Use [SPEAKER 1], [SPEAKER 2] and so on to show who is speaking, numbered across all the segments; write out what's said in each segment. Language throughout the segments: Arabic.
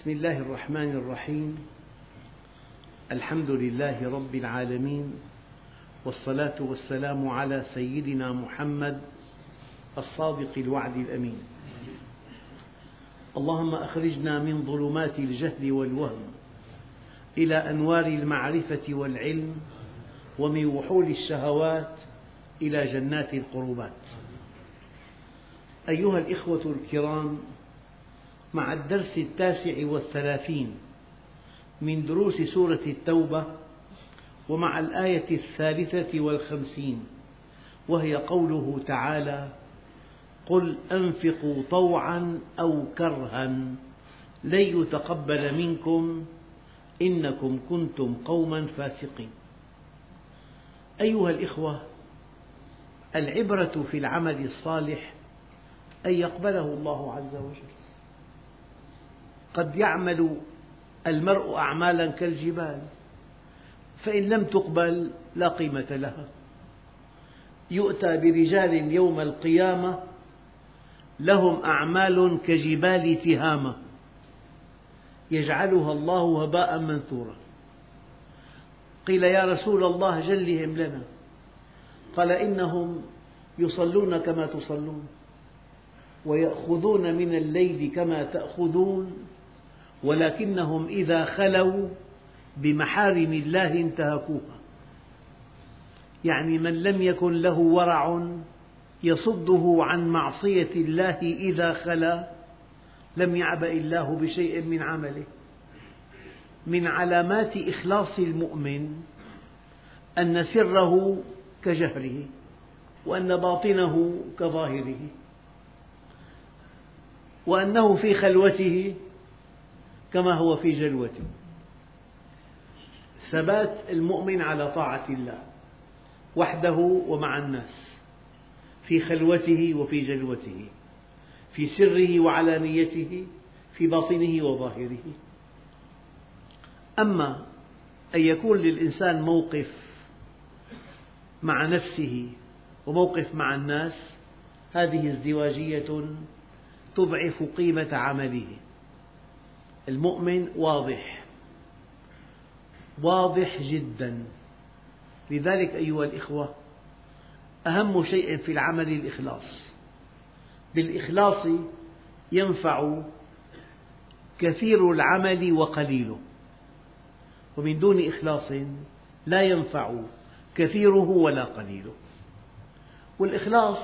[SPEAKER 1] بسم الله الرحمن الرحيم. الحمد لله رب العالمين، والصلاة والسلام على سيدنا محمد الصادق الوعد الأمين. اللهم أخرجنا من ظلمات الجهل والوهم إلى أنوار المعرفة والعلم، ومن وحول الشهوات إلى جنات القربات. أيها الإخوة الكرام، مع الدرس 39 من دروس سورة التوبة، ومع الآية 53 وهي قوله تعالى: قل أنفقوا طوعا أو كرها لن يتقبل منكم إنكم كنتم قوما فاسقين. أيها الإخوة، العبرة في العمل الصالح أن يقبله الله عز وجل. قد يعمل المرء أعمالا كالجبال، فإن لم تقبل لا قيمة لها. يؤتى برجال يوم القيامة لهم أعمال كجبال تهامة يجعلها الله هباء منثورا. قيل: يا رسول الله جلهم لنا. قال: إنهم يصلون كما تصلون، ويأخذون من الليل كما تأخذون، ولكنهم إذا خلوا بمحارم الله انتهكوها. يعني من لم يكن له ورع يصده عن معصية الله إذا خلا لم يعبأ الله بشيء من عمله. من علامات إخلاص المؤمن أن سره كجهره، وأن باطنه كظاهره، وأنه في خلوته كما هو في جلوته. ثبات المؤمن على طاعة الله وحده ومع الناس، في خلوته وفي جلوته، في سره وعلانيته، في باطنه وظاهره. أما أن يكون للإنسان موقف مع نفسه وموقف مع الناس، هذه ازدواجية تضعف قيمة عمله. المؤمن واضح جدا. لذلك أيها الإخوة، أهم شيء في العمل الإخلاص. بالإخلاص ينفع كثير العمل وقليله، ومن دون إخلاص لا ينفع كثيره ولا قليله. والإخلاص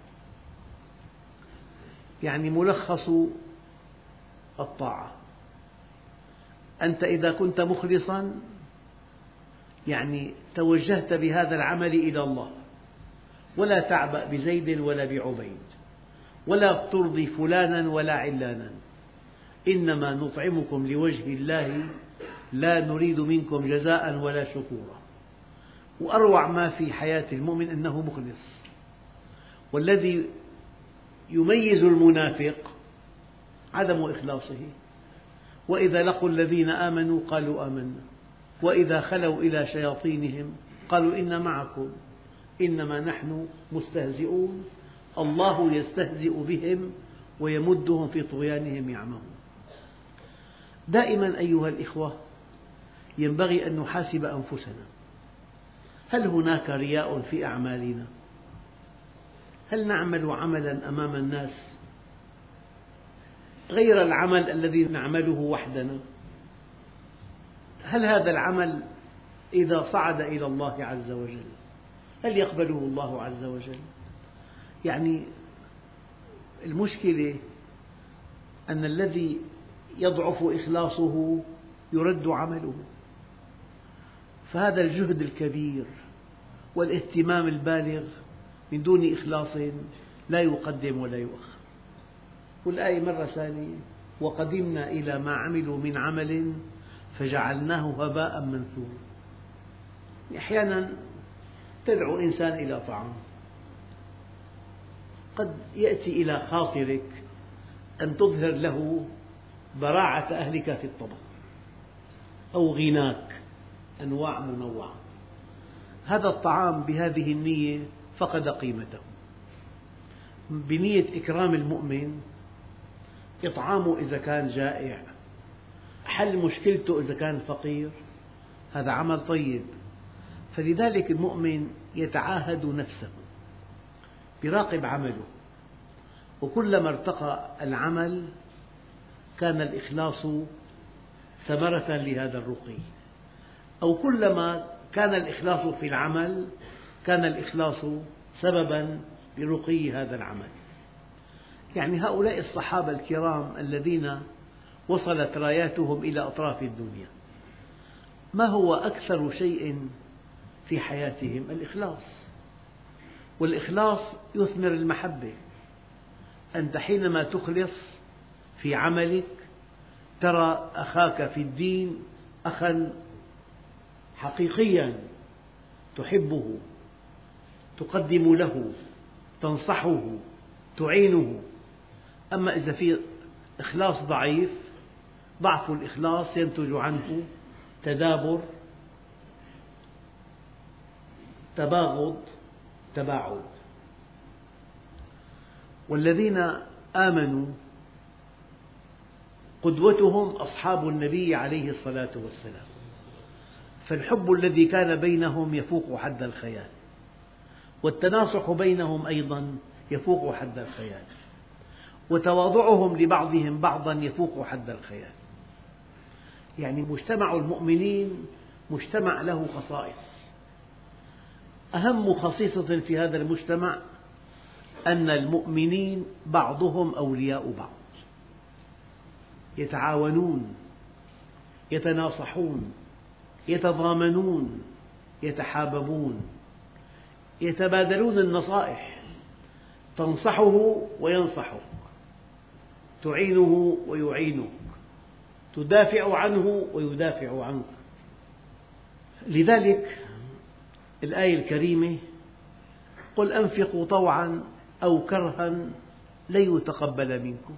[SPEAKER 1] يعني ملخص الطاعة. أنت إذا كنت مخلصا يعني توجهت بهذا العمل إلى الله، ولا تعبأ بزيد ولا بعبيد، ولا ترضي فلانا ولا علانا، إنما نطعمكم لوجه الله لا نريد منكم جزاء ولا شكورا. وأروع ما في حياة المؤمن أنه مخلص. والذي يميز المنافق عدم إخلاصه. وإذا لقوا الذين آمنوا قالوا آمنا، وإذا خلوا إلى شياطينهم قالوا إنا معكم إنما نحن مستهزئون الله يستهزئ بهم ويمدهم في طغيانهم يعمهون. دائما أيها الإخوة ينبغي أن نحاسب أنفسنا. هل هناك رياء في أعمالنا؟ هل نعمل عملا أمام الناس غير العمل الذي نعمله وحدنا؟ هل هذا العمل إذا صعد إلى الله عز وجل هل يقبله الله عز وجل؟ يعني المشكلة أن الذي يضعف إخلاصه يرد عمله. فهذا الجهد الكبير والاهتمام البالغ من دون إخلاص لا يقدم ولا يؤخر. والآية مرة ثانية: وقدمنا إلى ما عملوا من عمل فجعلناه هباء منثورا. أحيانا تدعو إنسان إلى طعام، قد يأتي إلى خاطرك أن تظهر له براعة أهلك في الطبخ أو غناك، أنواع منوعة. هذا الطعام بهذه النية فقد قيمته. بنية إكرام المؤمن إطعامه إذا كان جائع، حل مشكلته إذا كان فقير، هذا عمل طيب. فلذلك المؤمن يتعاهد نفسه، يراقب عمله، وكلما ارتقى العمل كان الإخلاص ثمرة لهذا الرقي، أو كلما كان الإخلاص في العمل كان الإخلاص سببا لرقي هذا العمل. يعني هؤلاء الصحابة الكرام الذين وصلت راياتهم إلى أطراف الدنيا، ما هو أكثر شيء في حياتهم؟ الإخلاص، والإخلاص يثمر المحبة. أنت حينما تخلص في عملك ترى أخاك في الدين أخا حقيقيا تحبه، تقدم له، تنصحه، تعينه. أما إذا في إخلاص ضعيف، ضعف الإخلاص ينتج عنه تدابر، تباغض، تباعد. والذين آمنوا قدوتهم أصحاب النبي عليه الصلاة والسلام، فالحب الذي كان بينهم يفوق حد الخيال، والتناصح بينهم أيضا يفوق حد الخيال، وتواضعهم لبعضهم بعضا يفوق حد الخيال. يعني مجتمع المؤمنين مجتمع له خصائص. أهم خصيصة في هذا المجتمع أن المؤمنين بعضهم أولياء بعض، يتعاونون، يتناصحون، يتضامنون، يتحاببون، يتبادلون النصائح، تنصحه وينصحك، تعينه ويعينك، تدافع عنه ويدافع عنك. لذلك الآية الكريمة: قل أنفقوا طوعا أو كرها لن يتقبل منكم.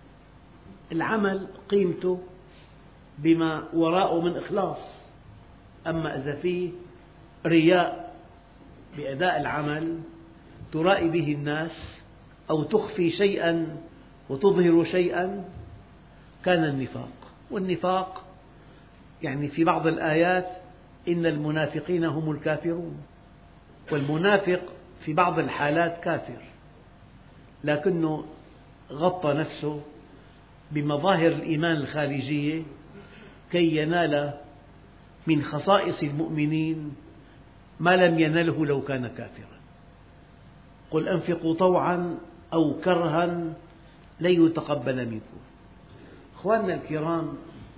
[SPEAKER 1] العمل قيمته بما وراءه من إخلاص. أما إذا فيه رياء بأداء العمل ترائي به الناس أو تخفي شيئا وتظهر شيئا كان النفاق. والنفاق يعني في بعض الآيات إن المنافقين هم الكافرون، والمنافق في بعض الحالات كافر لكنه غطى نفسه بمظاهر الإيمان الخارجية كي ينال من خصائص المؤمنين ما لم ينله لو كان كافرا. قل أنفقوا طوعا أو كرها لن يتقبل منكم. أخواننا الكرام،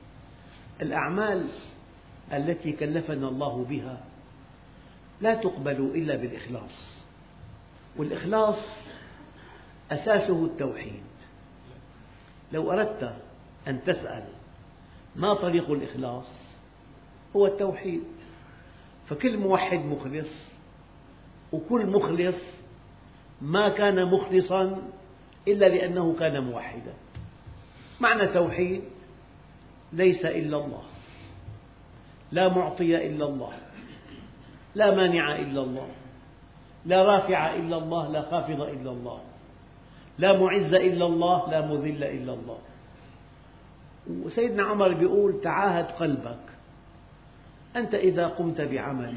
[SPEAKER 1] الأعمال التي كلفنا الله بها لا تقبل إلا بالإخلاص، والإخلاص أساسه التوحيد. لو أردت أن تسأل ما طريق الإخلاص، هو التوحيد. فكل موحد مخلص، وكل مخلص ما كان مخلصا إلا لأنه كان موحدا. معنى توحيد: ليس إلا الله، لا معطي إلا الله، لا مانع إلا الله، لا رافع إلا الله، لا خافض إلا الله، لا معز إلا الله، لا مذل إلا الله. وسيدنا عمر يقول: تعاهد قلبك. أنت إذا قمت بعمل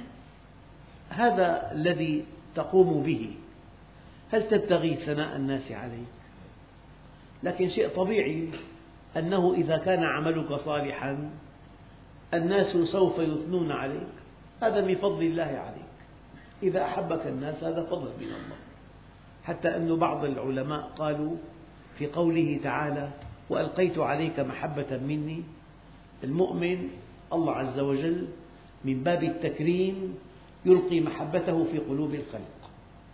[SPEAKER 1] هذا الذي تقوم به، هل تبتغي ثناء الناس عليك؟ لكن شيء طبيعي أنه إذا كان عملك صالحا الناس سوف يثنون عليك، هذا من فضل الله عليك. إذا أحبك الناس هذا فضل من الله. حتى أن بعض العلماء قالوا في قوله تعالى: وألقيت عليك محبة مني، المؤمن الله عز وجل من باب التكريم يلقي محبته في قلوب الخلق.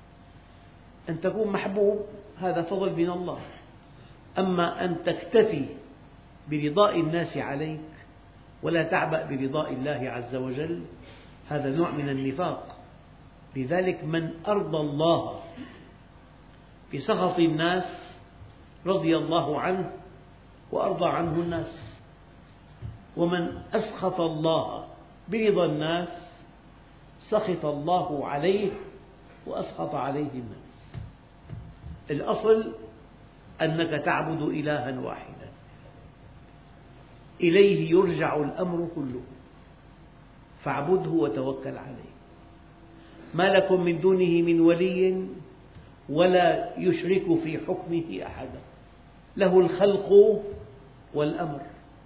[SPEAKER 1] أن تكون محبوب هذا فضل من الله. أما أن تكتفي برضاء الناس عليك ولا تعبأ برضاء الله عز وجل، هذا نوع من النفاق. لذلك من أرضى الله بسخط الناس رضي الله عنه وأرضى عنه الناس، ومن أسخط الله برضا الناس سخط الله عليه وأسخط عليه الناس. الأصل أنك تعبد إلها واحدا. إليه يرجع الأمر كله فاعبده وتوكل عليه. ما لكم من دونه من ولي ولا يشرك في حكمه أحدا، له الخلق والأمر،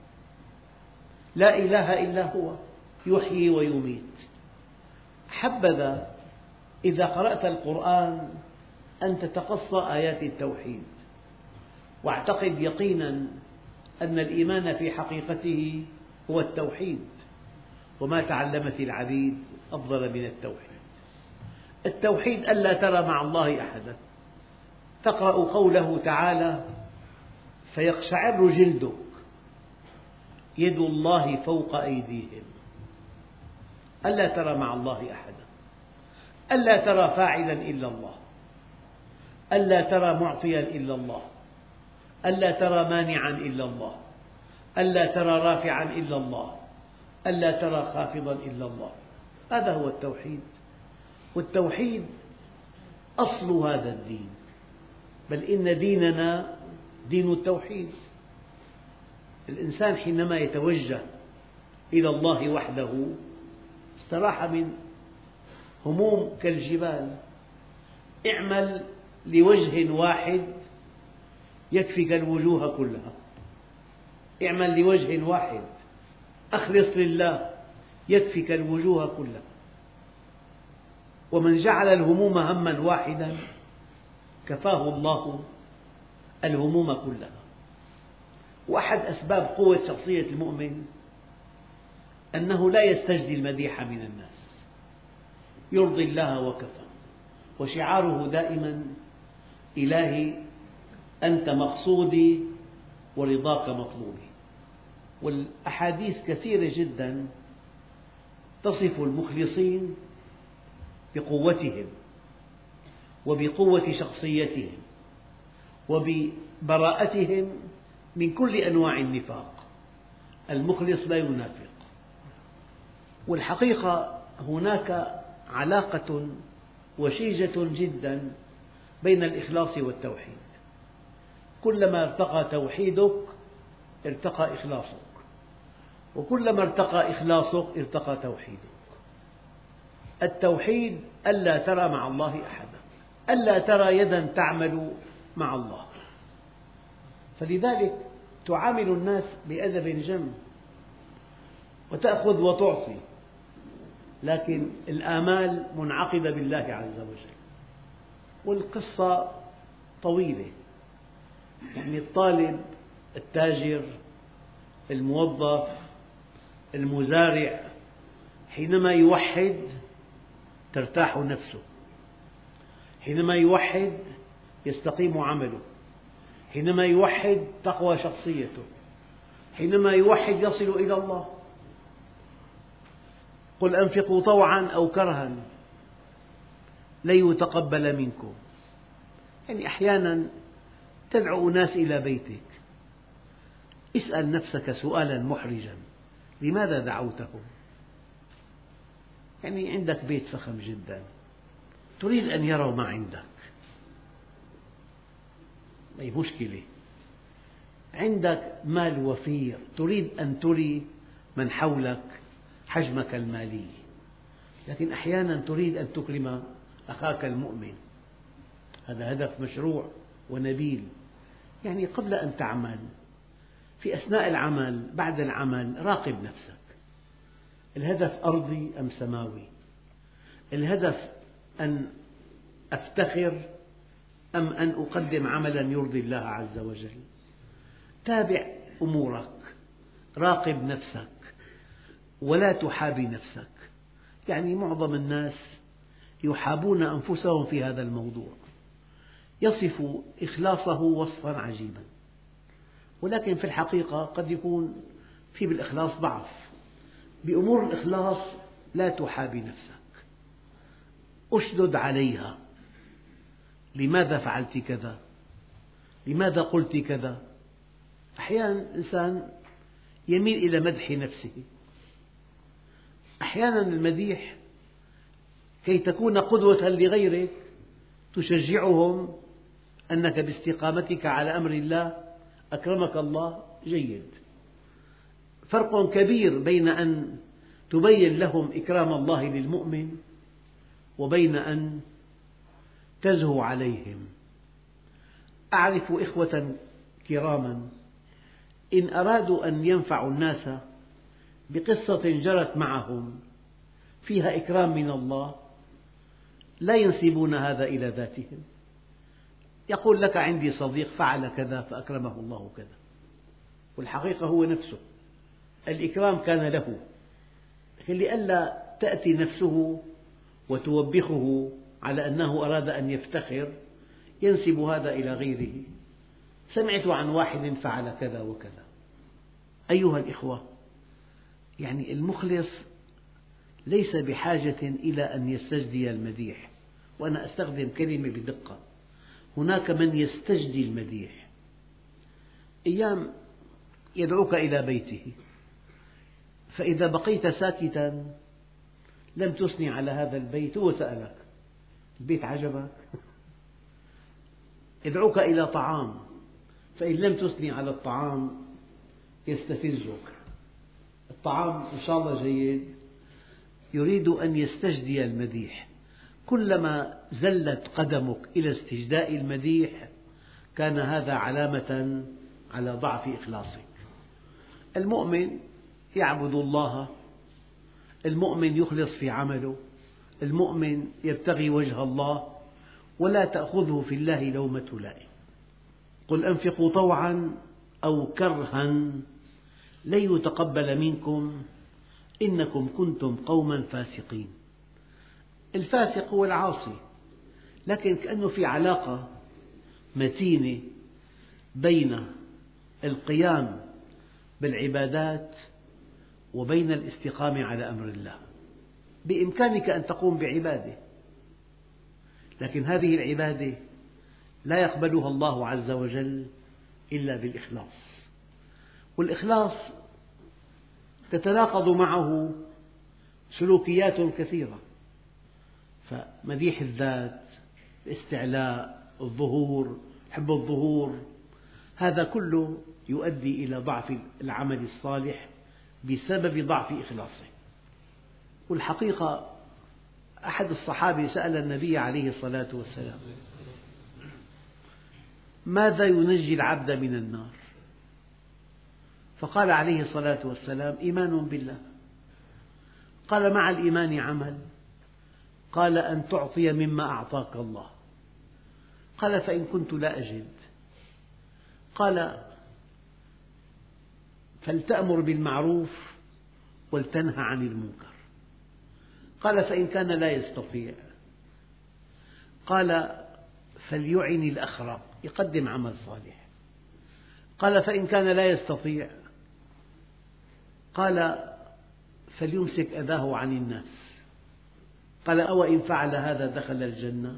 [SPEAKER 1] لا إله إلا هو يحيي ويميت. حبذا إذا قرأت القرآن أن تتقصى آيات التوحيد، واعتقد يقينا أن الإيمان في حقيقته هو التوحيد، وما تعلمت العبيد أفضل من التوحيد. التوحيد ألا ترى مع الله أحدا. تقرأ قوله تعالى: فيقشعر جلدك يد الله فوق أيديهم. ألا ترى مع الله أحدا، ألا ترى فاعلا إلا الله، ألا ترى معطيا إلا الله، ألا ترى مانعا إلا الله، ألا ترى رافعا إلا الله، ألا ترى خافضا إلا الله. هذا هو التوحيد، والتوحيد أصل هذا الدين، بل إن ديننا دين التوحيد. الإنسان حينما يتوجه إلى الله وحده استراح من هموم كالجبال. اعمل لوجه واحد يكفيك الوجوه كلها، اعمل لوجه واحد، أخلص لله يكفيك الوجوه كلها. ومن جعل الهموم هما واحدا كفاه الله الهموم كلها. وأحد أسباب قوة شخصية المؤمن أنه لا يستجدي المديح من الناس، يرضي الله وكفى، وشعاره دائما: إلهي أنت مقصودي ورضاك مطلوبي. والأحاديث كثيرة جدا تصف المخلصين بقوتهم وبقوة شخصيتهم وببراءتهم من كل أنواع النفاق. المخلص لا ينافق. والحقيقة هناك علاقة وشيجة جدا بين الإخلاص والتوحيد. كلما ارتقى توحيدك ارتقى إخلاصك، وكلما ارتقى إخلاصك ارتقى توحيدك. التوحيد ألا ترى مع الله أحدا، ألا ترى يدا تعمل مع الله. فلذلك تعامل الناس بأدب جم وتأخذ وتعطي، لكن الآمال منعقدة بالله عز وجل. والقصة طويلة، يعني الطالب، التاجر، الموظف، المزارع، حينما يوحد ترتاح نفسه، حينما يوحد يستقيم عمله، حينما يوحد تقوى شخصيته، حينما يوحد يصل إلى الله. قل أنفقوا طوعا أو كرها لن يتقبل منكم. يعني أحيانا تدعو ناس إلى بيتك، اسأل نفسك سؤالا محرجا: لماذا دعوتهم؟ يعني عندك بيت فخم جدا، تريد أن يروا ما عندك، أي مشكلة. عندك مال وفير، تريد أن تري من حولك حجمك المالي، لكن أحيانا تريد أن تكرم أخاك المؤمن. هذا هدف مشروع ونبيل. يعني قبل أن تعمل، في أثناء العمل، بعد العمل، راقب نفسك: الهدف أرضي أم سماوي؟ الهدف أن أفتخر أم أن أقدم عملا يرضي الله عز وجل؟ تابع أمورك، راقب نفسك، ولا تحابي نفسك. يعني معظم الناس يحابون أنفسهم في هذا الموضوع، يصف إخلاصه وصفا عجيبا، ولكن في الحقيقة قد يكون في بالإخلاص ضعف. بأمور الإخلاص لا تحابي نفسك، أشدد عليها: لماذا فعلت كذا؟ لماذا قلت كذا؟ أحيانا الإنسان يميل إلى مدح نفسه. أحيانا المديح كي تكون قدوة لغيرك تشجعهم أنك باستقامتك على أمر الله أكرمك الله جيد. فرق كبير بين أن تبين لهم إكرام الله للمؤمن وبين أن تزهو عليهم. أعرف إخوة كراما إن أرادوا أن ينفعوا الناس بقصة جرت معهم فيها إكرام من الله لا ينسبون هذا إلى ذاتهم، يقول لك عندي صديق فعل كذا فأكرمه الله كذا، والحقيقة هو نفسه الإكرام كان له، لكن لئلا تأتي نفسه وتوبخه على أنه أراد أن يفتخر ينسب هذا إلى غيره. سمعت عن واحد فعل كذا وكذا. أيها الإخوة، يعني المخلص ليس بحاجة إلى أن يستجدي المديح، وأنا أستخدم كلمة بدقة، هناك من يستجدي المديح. أيام يدعوك إلى بيته، فإذا بقيت ساكتا لم تثني على هذا البيت، هو سألك البيت عجبك؟ يدعوك إلى طعام، فإن لم تثني على الطعام يستفزك. الطعام إن شاء الله جيد، يريد أن يستجدي المديح. كلما زلت قدمك إلى استجداء المديح كان هذا علامة على ضعف إخلاصك. المؤمن يعبد الله، المؤمن يخلص في عمله، المؤمن يبتغي وجه الله، ولا تأخذه في الله لومة لائم. قل أنفقوا طوعا أو كرها لن يتقبل منكم إنكم كنتم قوما فاسقين. الفاسق هو العاصي، لكن كأنه في علاقة متينة بين القيام بالعبادات وبين الاستقامة على أمر الله. بإمكانك أن تقوم بعبادة، لكن هذه العبادة لا يقبلها الله عز وجل إلا بالإخلاص، والإخلاص تتناقض معه سلوكيات كثيرة، فمديح الذات، الاستعلاء، الظهور، حب الظهور، هذا كله يؤدي إلى ضعف العمل الصالح بسبب ضعف إخلاصه. والحقيقة أحد الصحابة سأل النبي عليه الصلاة والسلام: ماذا ينجي العبد من النار؟ فقال عليه الصلاة والسلام: إيمان بالله. قال: مع الإيمان عمل؟ قال: أن تعطي مما أعطاك الله. قال: فإن كنت لا أجد؟ قال: فلتأمر بالمعروف ولتنهى عن المنكر. قال: فإن كان لا يستطيع؟ قال: فليعن الأخرى، يقدم عمل صالح. قال: فإن كان لا يستطيع؟ قال: فليمسك أذاه عن الناس. قال: أوإن فعل هذا دخل الجنة؟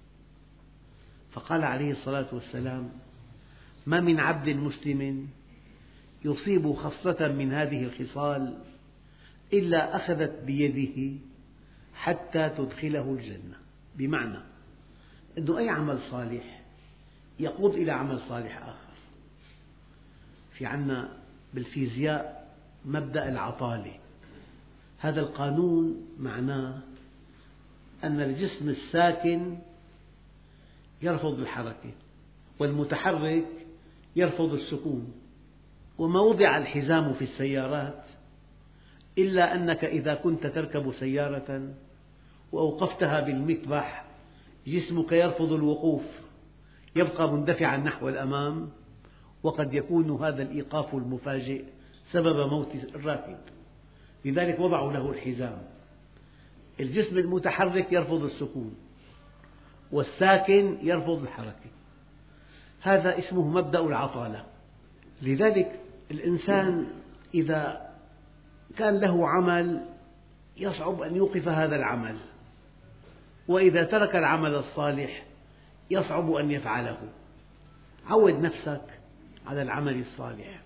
[SPEAKER 1] فقال عليه الصلاة والسلام: ما من عبد مسلم يصيب خصلة من هذه الخصال إلا أخذت بيده حتى تدخله الجنة. بمعنى أن أي عمل صالح يقود إلى عمل صالح آخر. في عندنا بالفيزياء مبدأ العطالة، هذا القانون معناه أن الجسم الساكن يرفض الحركة، والمتحرك يرفض السكون. وما وضع الحزام في السيارات إلا أنك إذا كنت تركب سيارة وأوقفتها بالمكبح جسمك يرفض الوقوف، يبقى مندفعا نحو الأمام، وقد يكون هذا الإيقاف المفاجئ سبب موت الراكب. لذلك وضعوا له الحزام. الجسم المتحرك يرفض السكون، والساكن يرفض الحركة. هذا اسمه مبدأ العطالة. لذلك الإنسان إذا كان له عمل يصعب أن يوقف هذا العمل، وإذا ترك العمل الصالح يصعب أن يفعله. عود نفسك على العمل الصالح.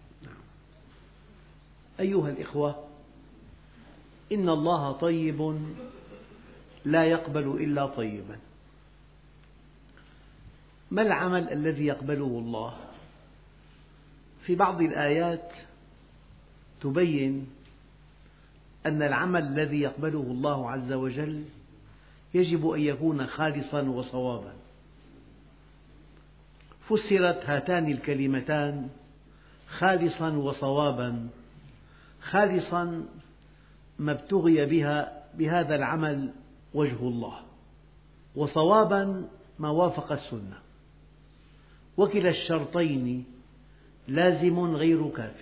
[SPEAKER 1] أيها الإخوة، إن الله طيب لا يقبل إلا طيبا. ما العمل الذي يقبله الله؟ في بعض الآيات تبين أن العمل الذي يقبله الله عز وجل يجب أن يكون خالصا وصوابا. فسرت هاتان الكلمتان خالصا وصوابا: خالصا ما ابتغي بهذا العمل وجه الله، وصوابا ما وافق السنة، وكلا الشرطين لازم غير كاف.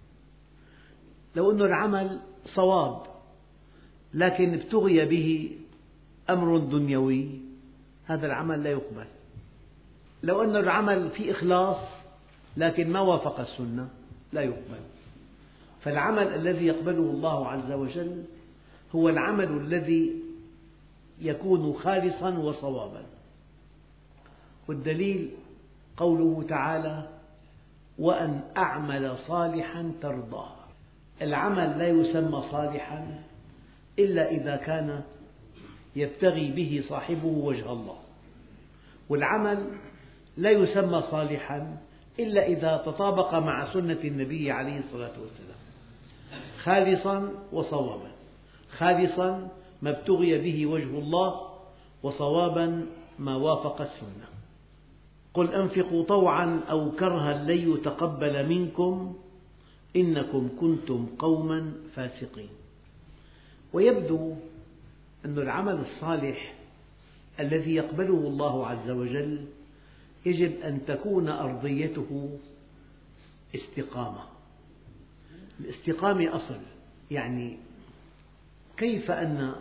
[SPEAKER 1] لو أن العمل صواب لكن ابتغي به أمر دنيوي هذا العمل لا يقبل. لو أن العمل فيه إخلاص لكن ما وافق السنة لا يقبل. فالعمل الذي يقبله الله عز وجل هو العمل الذي يكون خالصا وصوابا. والدليل قوله تعالى: وأن أعمل صالحا ترضاه. العمل لا يسمى صالحا إلا إذا كان يبتغي به صاحبه وجه الله، والعمل لا يسمى صالحا إلا إذا تطابق مع سنة النبي عليه الصلاة والسلام. خالصا وصوابا: خالصا ما ابتغي به وجه الله، وصوابا ما وافق السنة. قل أنفقوا طوعا أو كرها لن يتقبل منكم إنكم كنتم قوما فاسقين. ويبدو أن العمل الصالح الذي يقبله الله عز وجل يجب أن تكون أرضيته استقامة. الاستقامة أصل، يعني كيف أن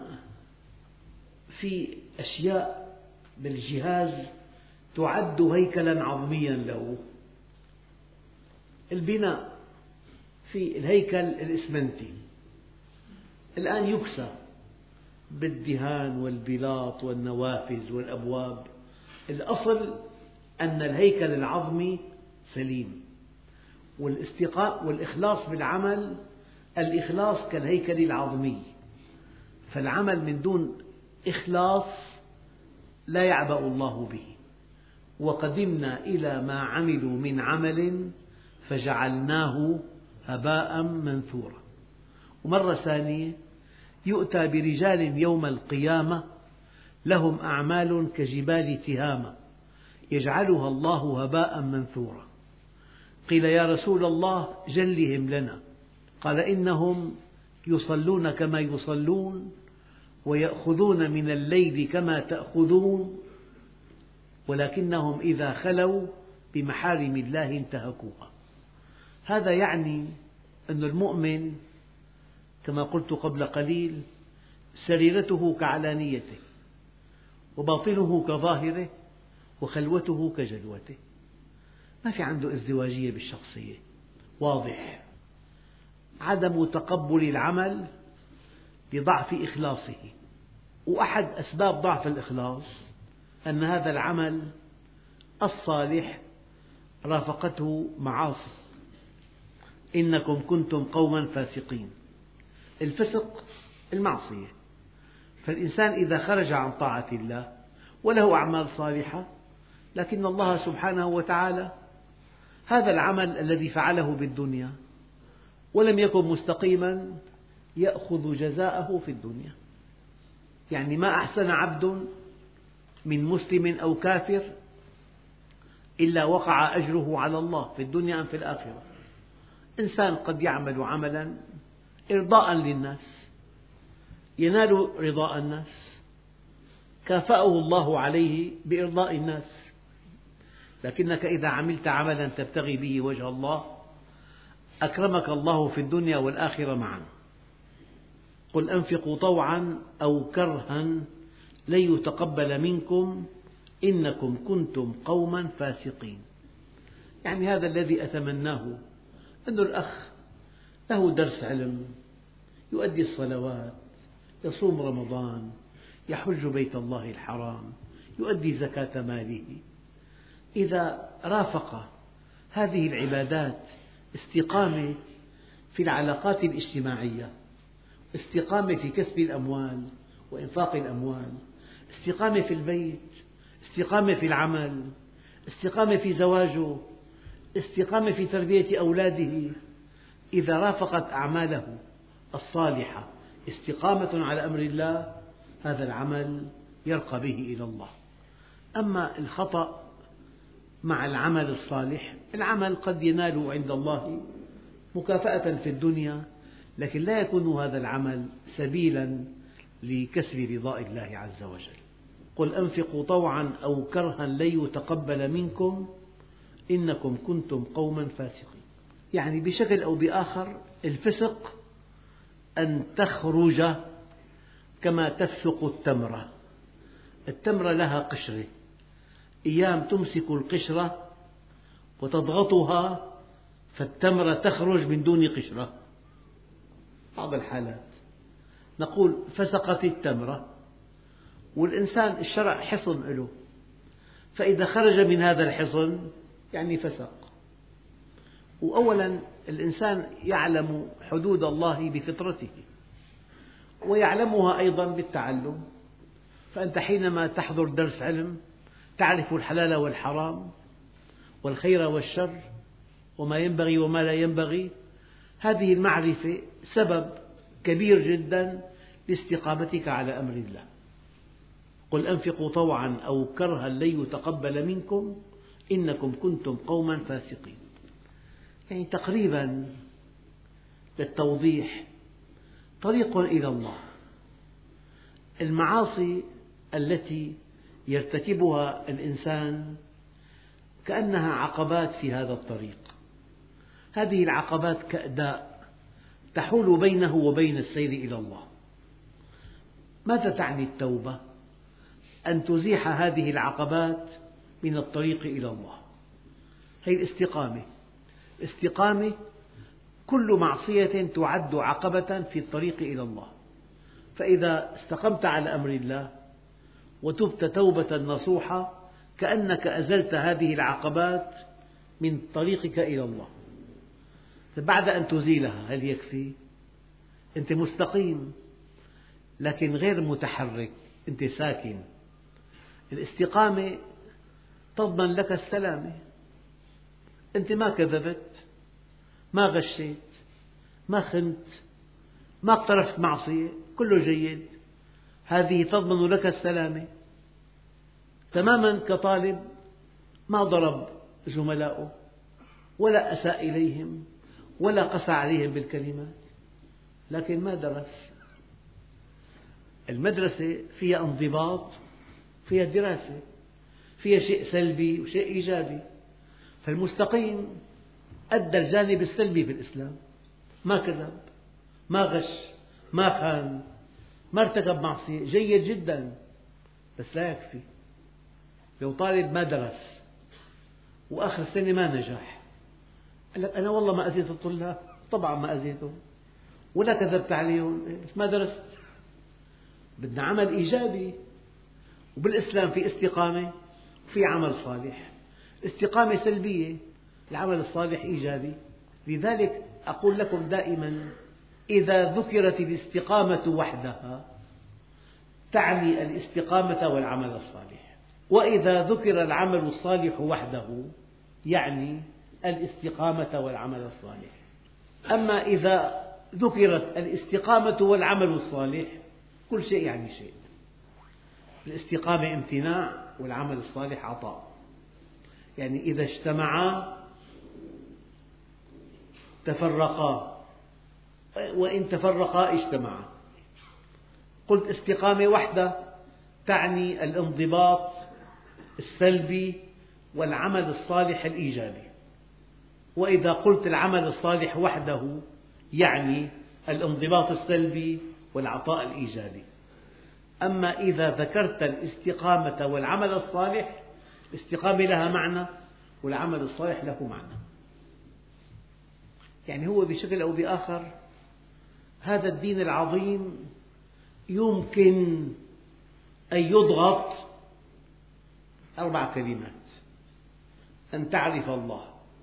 [SPEAKER 1] في أشياء بالجهاز تعد هيكلا عظميا له. البناء في الهيكل الإسمنتي الآن يكسى بالدهان والبلاط والنوافذ والأبواب. الأصل أن الهيكل العظمي سليم. والإخلاص بالعمل، الإخلاص كالهيكل العظمي، فالعمل من دون إخلاص لا يعبأ الله به. وقدمنا إلى ما عملوا من عمل فجعلناه هباء منثورا. ومرة ثانية: يؤتى برجال يوم القيامة لهم أعمال كجبال تهامة يجعلها الله هباء منثورا. قيل: يا رسول الله جلهم لنا. قال: إنهم يصلون كما يصلون ويأخذون من الليل كما تأخذون ولكنهم إذا خلوا بمحارم الله انتهكوها. هذا يعني أن المؤمن كما قلت قبل قليل سريرته كعلانيته، وباطنه كظاهره، وخلوته كجلوته. ما في عنده ازدواجية بالشخصية، واضح. عدم تقبل العمل لضعف إخلاصه. وأحد أسباب ضعف الإخلاص أن هذا العمل الصالح رافقته معاصي. إنكم كنتم قوما فاسقين. الفسق المعصية. فالإنسان إذا خرج عن طاعة الله وله أعمال صالحة، لكن الله سبحانه وتعالى هذا العمل الذي فعله بالدنيا ولم يكن مستقيما يأخذ جزاءه في الدنيا. يعني ما أحسن عبد من مسلم أو كافر إلا وقع أجره على الله في الدنيا أم في الآخرة. إنسان قد يعمل عملا إرضاء للناس ينال رضاء الناس، كافأه الله عليه بإرضاء الناس. لكنك إذا عملت عملا تبتغي به وجه الله أكرمك الله في الدنيا والآخرة معا. قل أنفقوا طوعا أو كرها لن يتقبل منكم إنكم كنتم قوما فاسقين. يعني هذا الذي أتمناه، أن الأخ له درس علم، يؤدي الصلوات، يصوم رمضان، يحج بيت الله الحرام، يؤدي زكاة ماله. إذا رافق هذه العبادات استقامة في العلاقات الاجتماعية، استقامة في كسب الأموال وإنفاق الأموال، استقامة في البيت، استقامة في العمل، استقامة في زواجه، استقامة في تربية أولاده، إذا رافقت أعماله الصالحة استقامة على أمر الله هذا العمل يرقى به إلى الله. أما الخطأ مع العمل الصالح، العمل قد ينال عند الله مكافأة في الدنيا، لكن لا يكون هذا العمل سبيلا لكسب رضاء الله عز وجل. قل أنفقوا طوعا أو كرها لن يتقبل منكم إنكم كنتم قوما فاسقين. يعني بشكل أو بآخر الفسق أن تخرج كما تفسق التمرة. التمرة لها قشرة، أيام تمسك القشرة وتضغطها فالتمرة تخرج من دون قشرة. بعض الحالات نقول فسقت التمرة، والإنسان الشرع حصن له، فإذا خرج من هذا الحصن يعني فسق. وأولا الإنسان يعلم حدود الله بفطرته، ويعلمها أيضا بالتعلم، فأنت حينما تحضر درس علم تعرف الحلال والحرام والخير والشر وما ينبغي وما لا ينبغي. هذه المعرفة سبب كبير جدا لاستقامتك على أمر الله. قل أنفقوا طوعا أو كرها لن يتقبل منكم إنكم كنتم قوما فاسقين. يعني تقريبا للتوضيح طريق إلى الله. المعاصي التي يرتكبها الإنسان كأنها عقبات في هذا الطريق. هذه العقبات كأداء تحول بينه وبين السير إلى الله. ماذا تعني التوبة؟ أن تزيح هذه العقبات من الطريق إلى الله. هي الاستقامة. الاستقامة كل معصية تعد عقبة في الطريق إلى الله، فإذا استقمت على أمر الله وتبت توبة نصوحة كأنك أزلت هذه العقبات من طريقك إلى الله. بعد أن تزيلها هل يكفي؟ أنت مستقيم لكن غير متحرك، أنت ساكن. الاستقامة تضمن لك السلامة. أنت ما كذبت، ما غشيت، ما خنت، ما اقترفت معصية، كله جيد. هذه تضمن لك السلامة تماما كطالب ما ضرب زملائه ولا أساء إليهم ولا قسى عليهم بالكلمات، لكن ما درس. المدرسة فيها انضباط، فيها دراسة، فيها شيء سلبي وشيء إيجابي. فالمستقيم أدى الجانب السلبي في الإسلام، ما كذب، ما غش، ما خان، ما ارتكب معصية، جيد جدا، بس لا يكفي. لو طالب ما درس وآخر السنة ما نجح، قال لك أنا والله ما أذيت الطلاب، طبعا ما أذيتهم ولا كذبت عليهم، بس ما درست. بدنا عمل إيجابي، وبالإسلام في استقامة وفي عمل صالح. الاستقامة سلبية، العمل الصالح إيجابي. لذلك أقول لكم دائما إذا ذكرت الاستقامة وحدها تعني الاستقامة والعمل الصالح، وإذا ذكر العمل الصالح وحده يعني الاستقامة والعمل الصالح. أما إذا ذكرت الاستقامة والعمل الصالح كل شيء يعني شيء. الاستقامة امتناع والعمل الصالح عطاء. يعني إذا اجتمعا تفرقا، وإن تفرقا اجتمعا. قلت استقامة وحدة تعني الانضباط السلبي والعمل الصالح الإيجابي، وإذا قلت العمل الصالح وحده يعني الانضباط السلبي والعطاء الإيجابي. أما إذا ذكرت الاستقامة والعمل الصالح، الاستقامة لها معنى والعمل الصالح له معنى. يعني هو بشكل أو بآخر هذا الدين العظيم يمكن أن يضغط 4 كلمات: أن تعرف الله،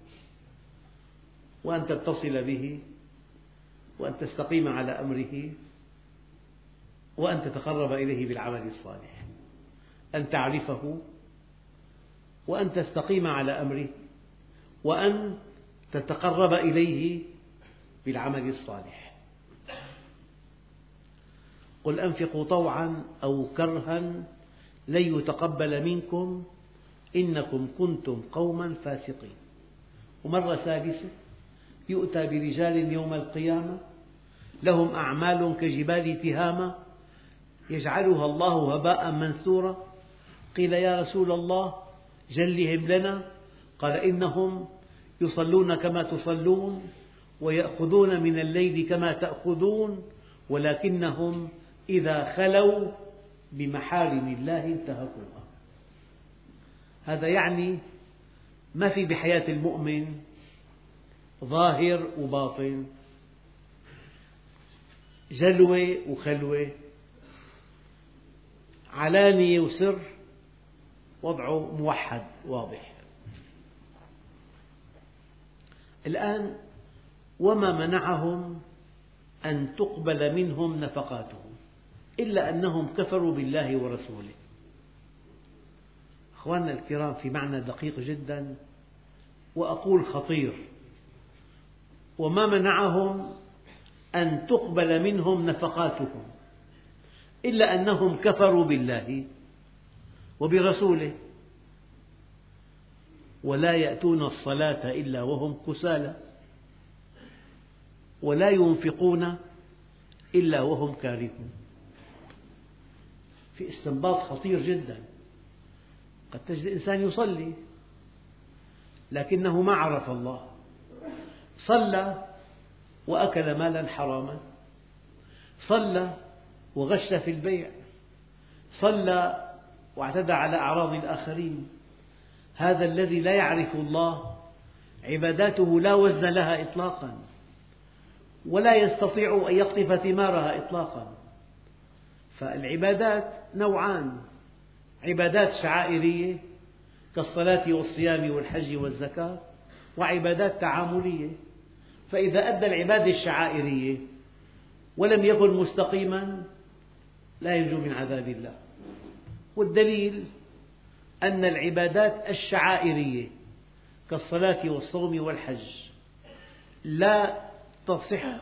[SPEAKER 1] وأن تتصل به، وأن تستقيم على أمره، وأن تتقرب إليه بالعمل الصالح. أن تعرفه، وأن تستقيم على أمره، وأن تتقرب إليه بالعمل الصالح. قل أنفقوا طوعا أو كرها لن يتقبل منكم إنكم كنتم قوما فاسقين. ومرة ثالثة يؤتى برجال يوم القيامة لهم أعمال كجبال تهامة يجعلها الله هباء منثورا. قيل يا رسول الله جلهم لنا، قال إنهم يصلون كما تصلون ويأخذون من الليل كما تأخذون ولكنهم إذا خلوا بمحارم الله انتهكوها. هذا يعني ما في بحياة المؤمن ظاهر وباطن، جلوة وخلوة، علانية وسر، وضعه موحد واضح. الآن وما منعهم أن تقبل منهم نفقاتهم إلا أنهم كفروا بالله ورسوله. أخواننا الكرام، في معنى دقيق جدا وأقول خطير، وما منعهم أن تقبل منهم نفقاتهم إلا أنهم كفروا بالله وبرسوله ولا يأتون الصلاة إلا وهم كسالى ولا ينفقون إلا وهم كارهون. في استنباط خطير جدا. قد تجد إنسان يصلي لكنه ما عرف الله، صلى وأكل مالا حراما، صلى وغش في البيع، صلى واعتدى على أعراض الآخرين. هذا الذي لا يعرف الله عباداته لا وزن لها إطلاقا ولا يستطيع أن يقطف ثمارها إطلاقا. فالعبادات نوعان: عبادات شعائرية كالصلاة والصيام والحج والزكاة، وعبادات تعاملية. فإذا أدى العبادة الشعائرية ولم يكن مستقيما لا ينجو من عذاب الله. والدليل أن العبادات الشعائرية كالصلاة والصوم والحج لا تصح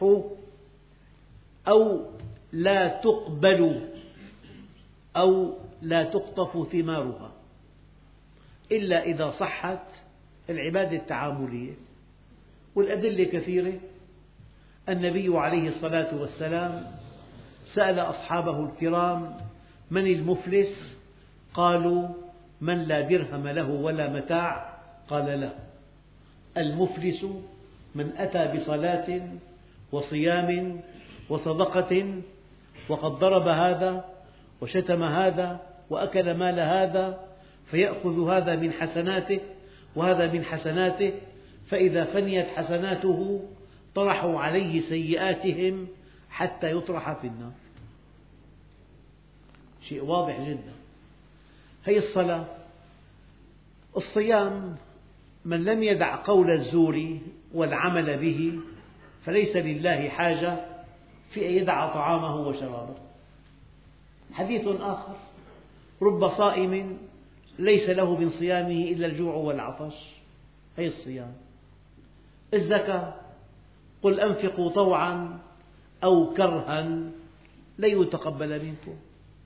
[SPEAKER 1] أو لا تقبل أو لا تقطف ثمارها إلا إذا صحت العبادة التعاملية. والأدلة كثيرة. النبي عليه الصلاة والسلام سأل أصحابه الكرام: من المفلس؟ قالوا: من لا درهم له ولا متاع. قال: لا، المفلس من أتى بصلاة وصيام وصدقة وقد ضرب هذا وشتم هذا وأكل مال هذا فيأخذ هذا من حسناته وهذا من حسناته، فإذا فنيت حسناته طرحوا عليه سيئاتهم حتى يطرح في النار. شيء واضح جدا. هي الصلاة. الصيام: من لم يدع قول الزور والعمل به فليس لله حاجة في أن يدع طعامه وشرابه. حديث آخر: رب صائم ليس له من صيامه إلا الجوع والعطش. هي الصيام. الزكاة: قل أنفقوا طوعا أو كرها لن يتقبل منكم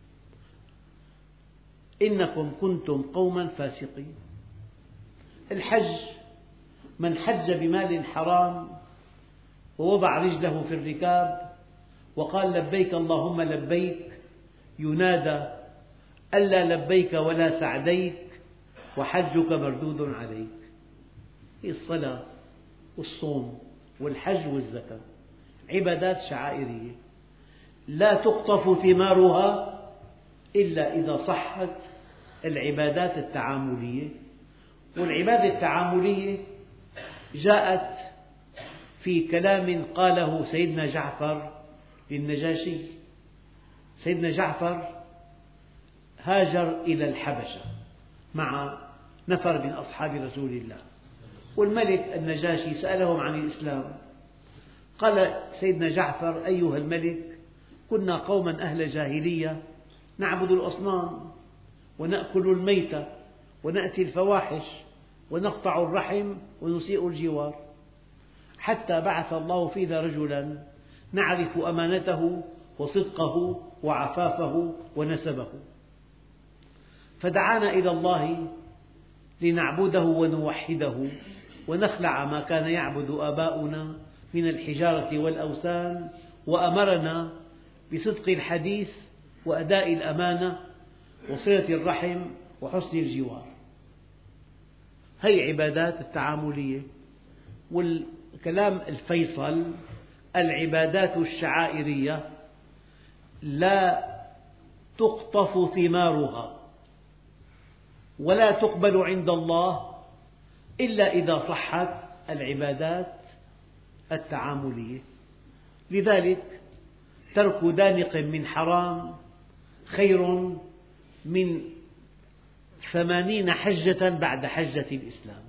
[SPEAKER 1] إنكم كنتم قوما فاسقين. الحج: من حج بمال حرام ووضع رجله في الركاب وقال لبيك اللهم لبيك ينادى ألا لبيك ولا سعديك وحجك مردود عليك. هي الصلاة والصوم والحج والزكاة عبادات شعائرية لا تقطف ثمارها إلا إذا صحت العبادات التعاملية. والعبادة التعاملية جاءت في كلام قاله سيدنا جعفر للنجاشي. سيدنا جعفر هاجر إلى الحبشة مع نفر من أصحاب رسول الله، والملك النجاشي سألهم عن الإسلام. قال سيدنا جعفر: أيها الملك، كنا قوما أهل جاهلية نعبد الأصنام ونأكل الميتة ونأتي الفواحش ونقطع الرحم ونسيء الجوار. حتى بعث الله فينا رجلا نعرف أمانته وصدقه وعفافه ونسبه، فدعانا إلى الله لنعبده ونوحده ونخلع ما كان يعبد آباؤنا من الحجارة والأوثان، وأمرنا بصدق الحديث وأداء الأمانة وصلة الرحم وحسن الجوار. هذه عبادات التعاملية. والكلام الفيصل: العبادات الشعائرية لا تقطف ثمارها ولا تقبل عند الله إلا إذا صحت العبادات التعاملية. لذلك ترك دانق من حرام خير من 80 حجة بعد حجة الإسلام،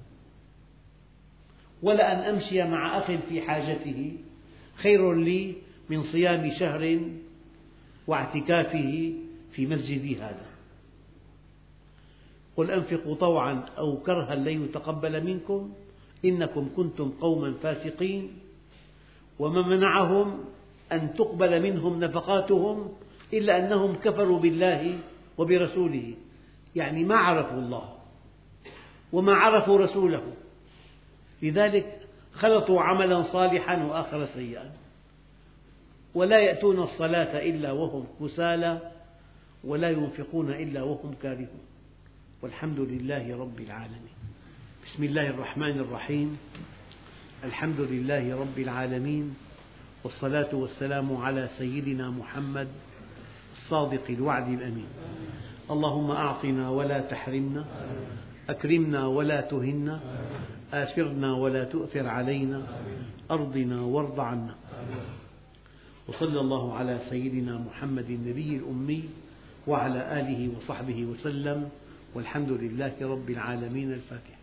[SPEAKER 1] ولأن أمشي مع أخ في حاجته خير لي من صيام شهر واعتكافه في مسجدي هذا. قل أنفقوا طوعا أو كرها لن يتقبل منكم إنكم كنتم قوما فاسقين. وما منعهم أن تقبل منهم نفقاتهم إلا أنهم كفروا بالله وبرسوله، يعني ما عرفوا الله وما عرفوا رسوله، لذلك خلطوا عملا صالحا وآخر سيئا، ولا يأتون الصلاة إلا وهم كسالى ولا ينفقون إلا وهم كارهون. والحمد لله رب العالمين. بسم الله الرحمن الرحيم. الحمد لله رب العالمين، والصلاة والسلام على سيدنا محمد الصادق الوعد الأمين. اللهم أعطنا ولا تحرمنا، أكرمنا ولا تهنا، آثرنا ولا تؤثر علينا، أرضنا وارض عنا. وصلى الله على سيدنا محمد النبي الأمي وعلى آله وصحبه وسلم، والحمد لله رب العالمين. الفاتحة.